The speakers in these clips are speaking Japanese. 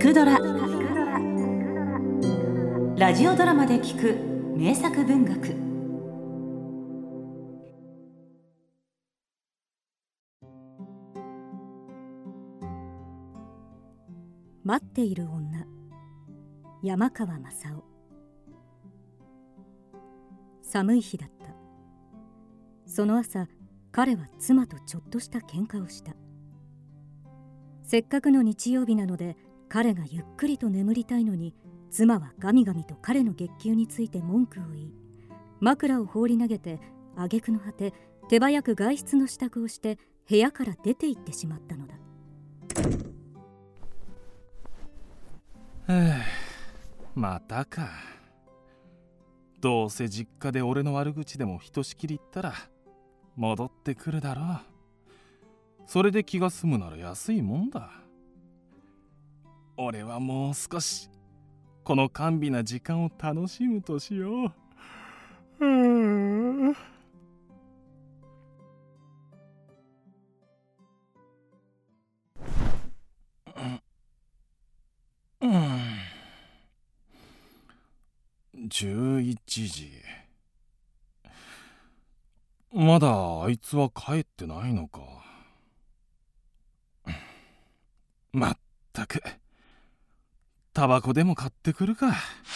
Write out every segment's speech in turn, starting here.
くドラ」ラジオドラマで聞く名作文学。 待っている女、山川雅夫。寒い日だった。その朝、彼は妻とちょっとした喧嘩をした。せっかくの日曜日なので、彼がゆっくりと眠りたいのに、妻はガミガミと彼の月給について文句を言い、枕を放り投げて、挙句の果て手早く外出の支度をして部屋から出て行ってしまったのだ。 またか。どうせ実家で俺の悪口でもひとしきり言ったら戻ってくるだろう。それで気が済むなら安いもんだ。俺はもう少しこの甘美な時間を楽しむとしよう。11時。まだあいつは帰ってないのか。まったく、タバコでも買ってくるか。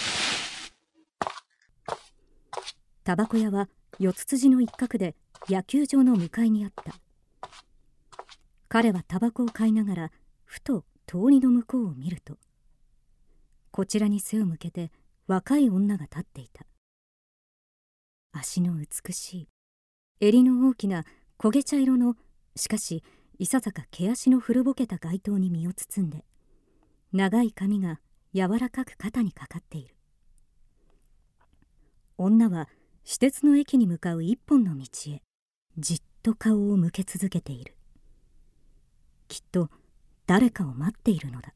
タバコ屋は四つ辻の一角で野球場の向かいにあった。彼はタバコを買いながらふと通りの向こうを見ると、こちらに背を向けて若い女が立っていた。足の美しい、襟の大きな焦げ茶色の、しかしいささか毛足の古ぼけた街灯に身を包んで、長い髪が柔らかく肩にかかっている。女は私鉄の駅に向かう一本の道へじっと顔を向け続けている。きっと誰かを待っているのだ。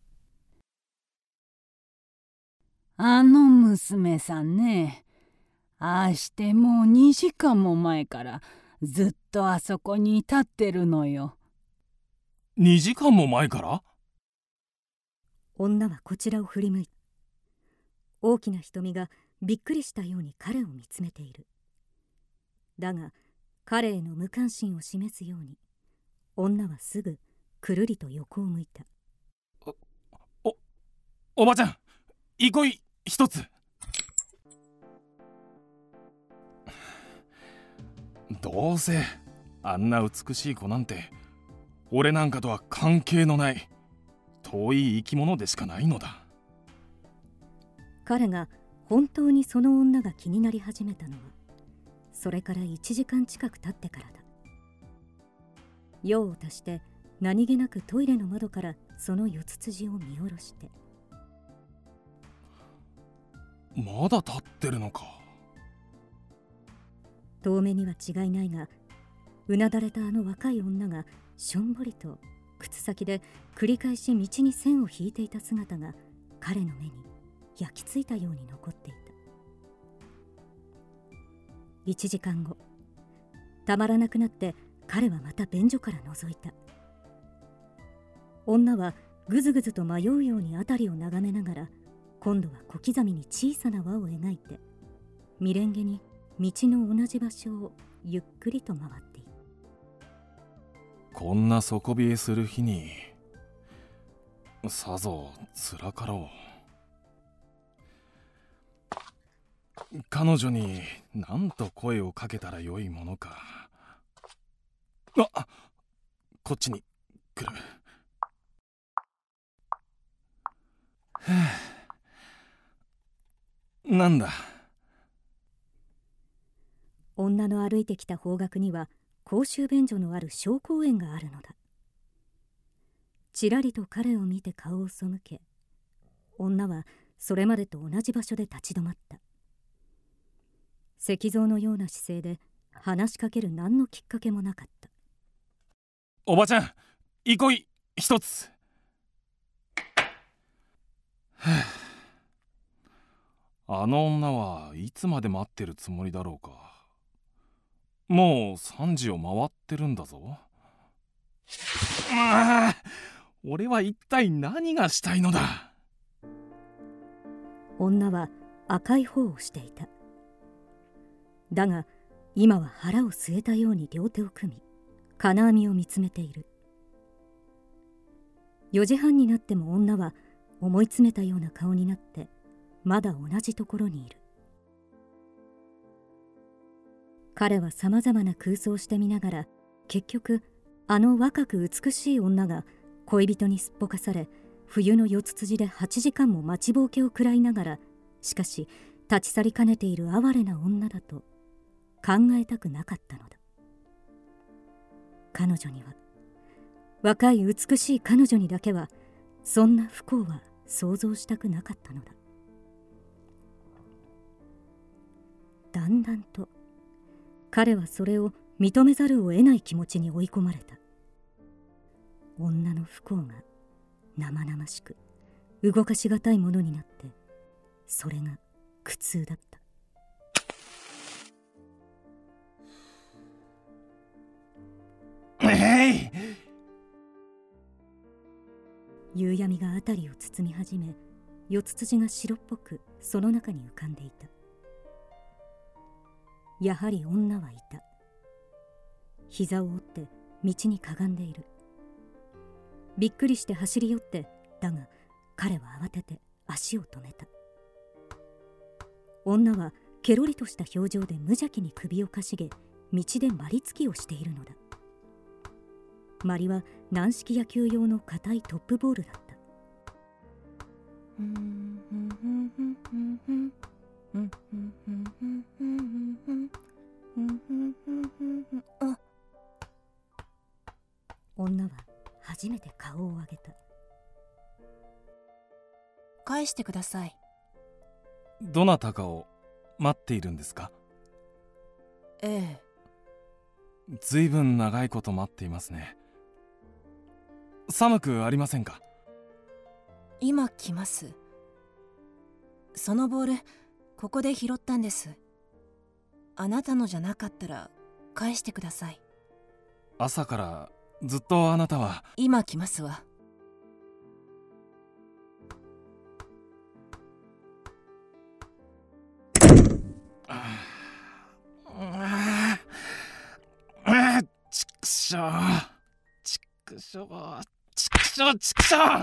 あの娘さんね、ああしてもう2時間も前からずっとあそこに立ってるのよ。 2時間も前から？ 女はこちらを振り向いた。大きな瞳がびっくりしたように彼を見つめている。だが彼への無関心を示すように、女はすぐくるりと横を向いた。 おばちゃん、憩い一つ。どうせあんな美しい子なんて俺なんかとは関係のない遠い生き物でしかないのだ。 彼が本当にその女が気になり始めたのは、それから1時間近く経ってからだ。用を足して何気なくトイレの窓からその四つ辻を見下ろして、 まだ立ってるのか。 遠目には違いないが、うなだれたあの若い女がしょんぼりと靴先で繰り返し道に線を引いていた姿が彼の目に焼き付いたように残っていた。1時間後、たまらなくなって彼はまた便所から覗いた。女はぐずぐずと迷うように辺りを眺めながら、今度は小刻みに小さな輪を描いて、未練げに道の同じ場所をゆっくりと回っている。 こんな底冷えする日にさぞつらかろう。彼女に何と声をかけたらよいものか。こっちに来る。なんだ。 女の歩いてきた方角には公衆便所のある小公園があるのだ。ちらりと彼を見て顔を背け、女はそれまでと同じ場所で立ち止まった。石像のような姿勢で話しかける何のきっかけもなかった。 おばちゃん、憩い一つ。あの女はいつまで待ってるつもりだろうか。もう3時を回ってるんだぞ。俺は一体何がしたいのだ。 女は赤い方をしていた。だが今は腹を据えたように両手を組み、金網を見つめている。4時半になっても女は思い詰めたような顔になってまだ同じところにいる。彼はさまざまな空想をしてみながら、結局あの若く美しい女が恋人にすっぽかされ、冬の四つ辻で8時間も待ちぼうけを食らいながら、しかし立ち去りかねている哀れな女だと考えたくなかったのだ。彼女には、若い美しい彼女にだけはそんな不幸は想像したくなかったのだ。だんだんと彼はそれを認めざるを得ない気持ちに追い込まれた。女の不幸が生々しく動かしがたいものになって、それが苦痛だった。夕闇が辺りを包み始め、四つ辻が白っぽくその中に浮かんでいた。やはり女はいた。膝を折って道にかがんでいる。びっくりして走り寄って、だが彼は慌てて足を止めた。女はケロリとした表情で無邪気に首をかしげ、道でまりつきをしているのだ。まりは軟式野球用の硬いトップボールだった。女は初めて顔を上げた。 返してください。 どなたかを待っているんですか？ ええ。 ずいぶん長いこと待っていますね。寒くありませんか？ 今来ます。そのボールここで拾ったんです。あなたのじゃなかったら返してください。 朝からずっとあなたは。 今来ますわ。 ちくしょうちくしょうちくしょうちくしょう。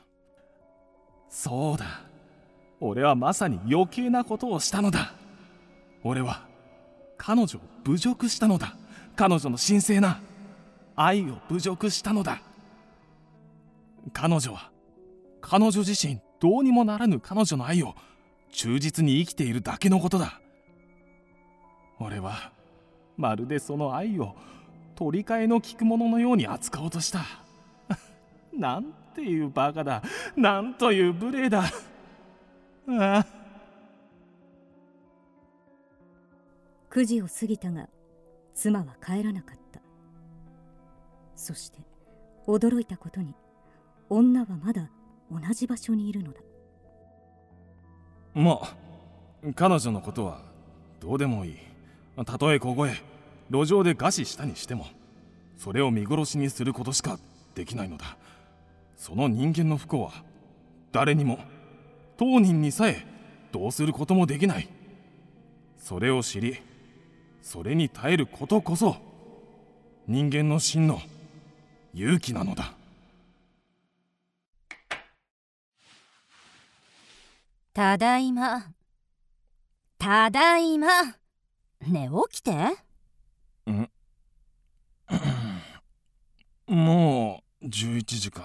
そうだ、俺はまさに余計なことをしたのだ。俺は彼女を侮辱したのだ。彼女の神聖な愛を侮辱したのだ。彼女は彼女自身どうにもならぬ彼女の愛を忠実に生きているだけのことだ。俺はまるでその愛を取り替えの利くもののように扱おうとした。なんていうバカだ、なんという無礼だ。ああ。 9時を過ぎたが妻は帰らなかった。そして驚いたことに、女はまだ同じ場所にいるのだ。 まあ彼女のことはどうでもいい。たとえここへ路上で餓死したにしても、それを見殺しにすることしかできないのだ。その人間の不幸は誰にも、当人にさえどうすることもできない。それを知り、それに耐えることこそ人間の真の勇気なのだ。 ただいま。ただいま。ねえ、起きて。 もう11時か。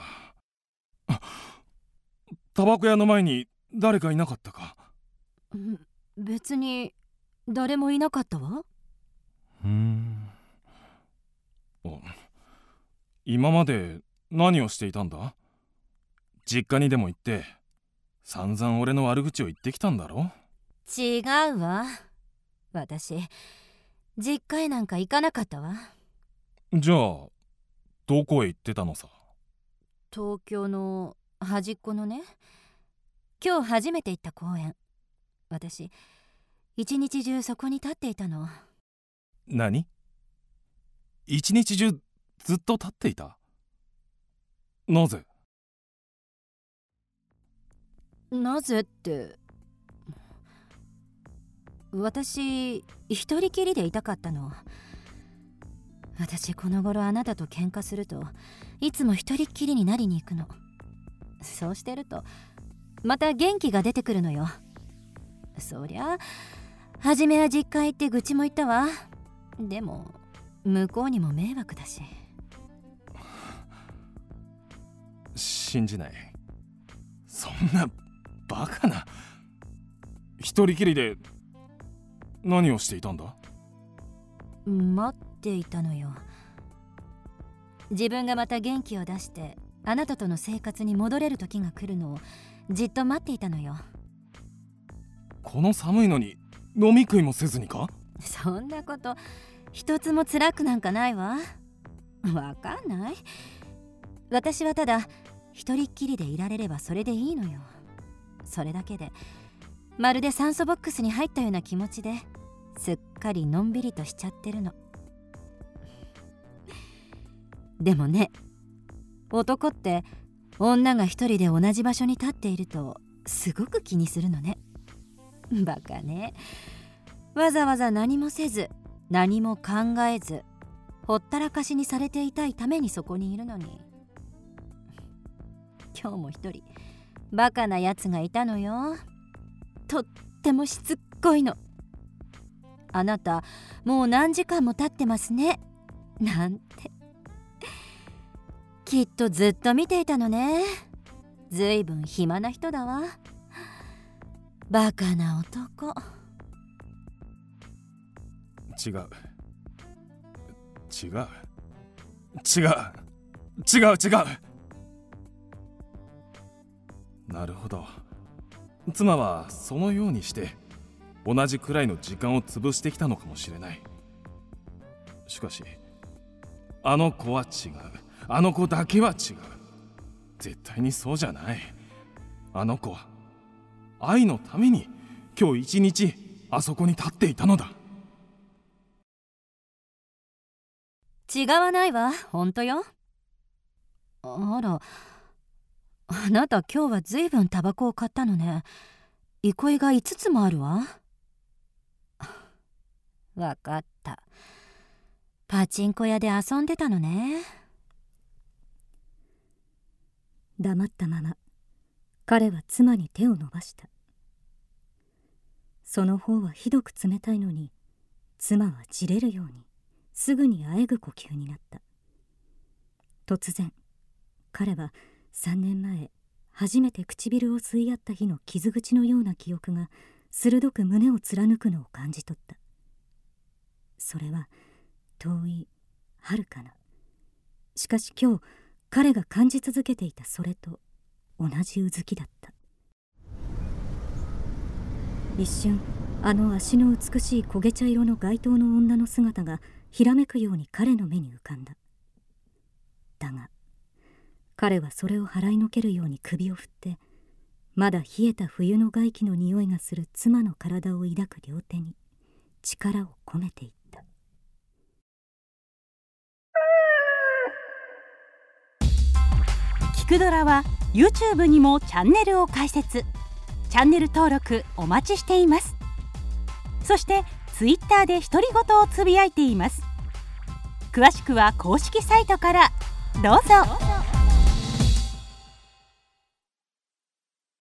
タバコ屋の前に誰かいなかったか？ 別に誰もいなかったわ。 今まで何をしていたんだ？実家にでも行って散々俺の悪口を言ってきたんだろ？ 違うわ。私実家へなんか行かなかったわ。 じゃあどこへ行ってたのさ？ 東京の端っこのね、今日初めて行った公園。私一日中そこに立っていたの。 何？一日中ずっと立っていた？なぜ？ なぜって私一人きりでいたかったの。私この頃あなたと喧嘩するといつも一人っきりになりに行くの。そうしてるとまた元気が出てくるのよ。そりゃ初めは実家行って愚痴も言ったわ。でも向こうにも迷惑だし。 信じない。そんなバカな。一人きりで何をしていたんだ？ 待っていたのよ。自分がまた元気を出してあなたとの生活に戻れる時が来るのをじっと待っていたのよ。 この寒いのに飲み食いもせずにか？ そんなこと一つも辛くなんかないわ。わかんない。私はただ一人っきりでいられればそれでいいのよ。それだけでまるで酸素ボックスに入ったような気持ちですっかりのんびりとしちゃってるの。でもね、男って女が一人で同じ場所に立っているとすごく気にするのね。バカね。わざわざ何もせず何も考えずほったらかしにされていたいためにそこにいるのに。今日も一人バカなやつがいたのよ。とってもしつっこいの。あなたもう何時間も経ってますねなんて。きっとずっと見ていたのね。ずいぶん暇な人だわ。バカな男。 違う違う違う違う違う。なるほど。妻はそのようにして同じくらいの時間を潰してきたのかもしれない。しかしあの子は違う。あの子だけは違う。絶対にそうじゃない。あの子は愛のために今日一日あそこに立っていたのだ。 違わないわ、ほんとよ。あら、あなた今日はずいぶんタバコを買ったのね。憩いが5つもあるわ。わかった。パチンコ屋で遊んでたのね。 黙ったまま彼は妻に手を伸ばした。その方はひどく冷たいのに妻はじれるようにすぐにあえぐ呼吸になった。突然彼は3年前初めて唇を吸い合った日の傷口のような記憶が鋭く胸を貫くのを感じ取った。それは遠い遥かな、しかし今日彼が感じ続けていたそれと同じうずきだった。一瞬あの足の美しい焦げ茶色の街灯の女の姿がひらめくように彼の目に浮かんだ。だが彼はそれを払いのけるように首を振ってまだ冷えた冬の外気の匂いがする妻の体を抱く両手に力を込めていった。 キクドラは YouTube にもチャンネルを開設。チャンネル登録お待ちしています。そして Twitter で独り言をつぶやいています。詳しくは公式サイトからどうぞ。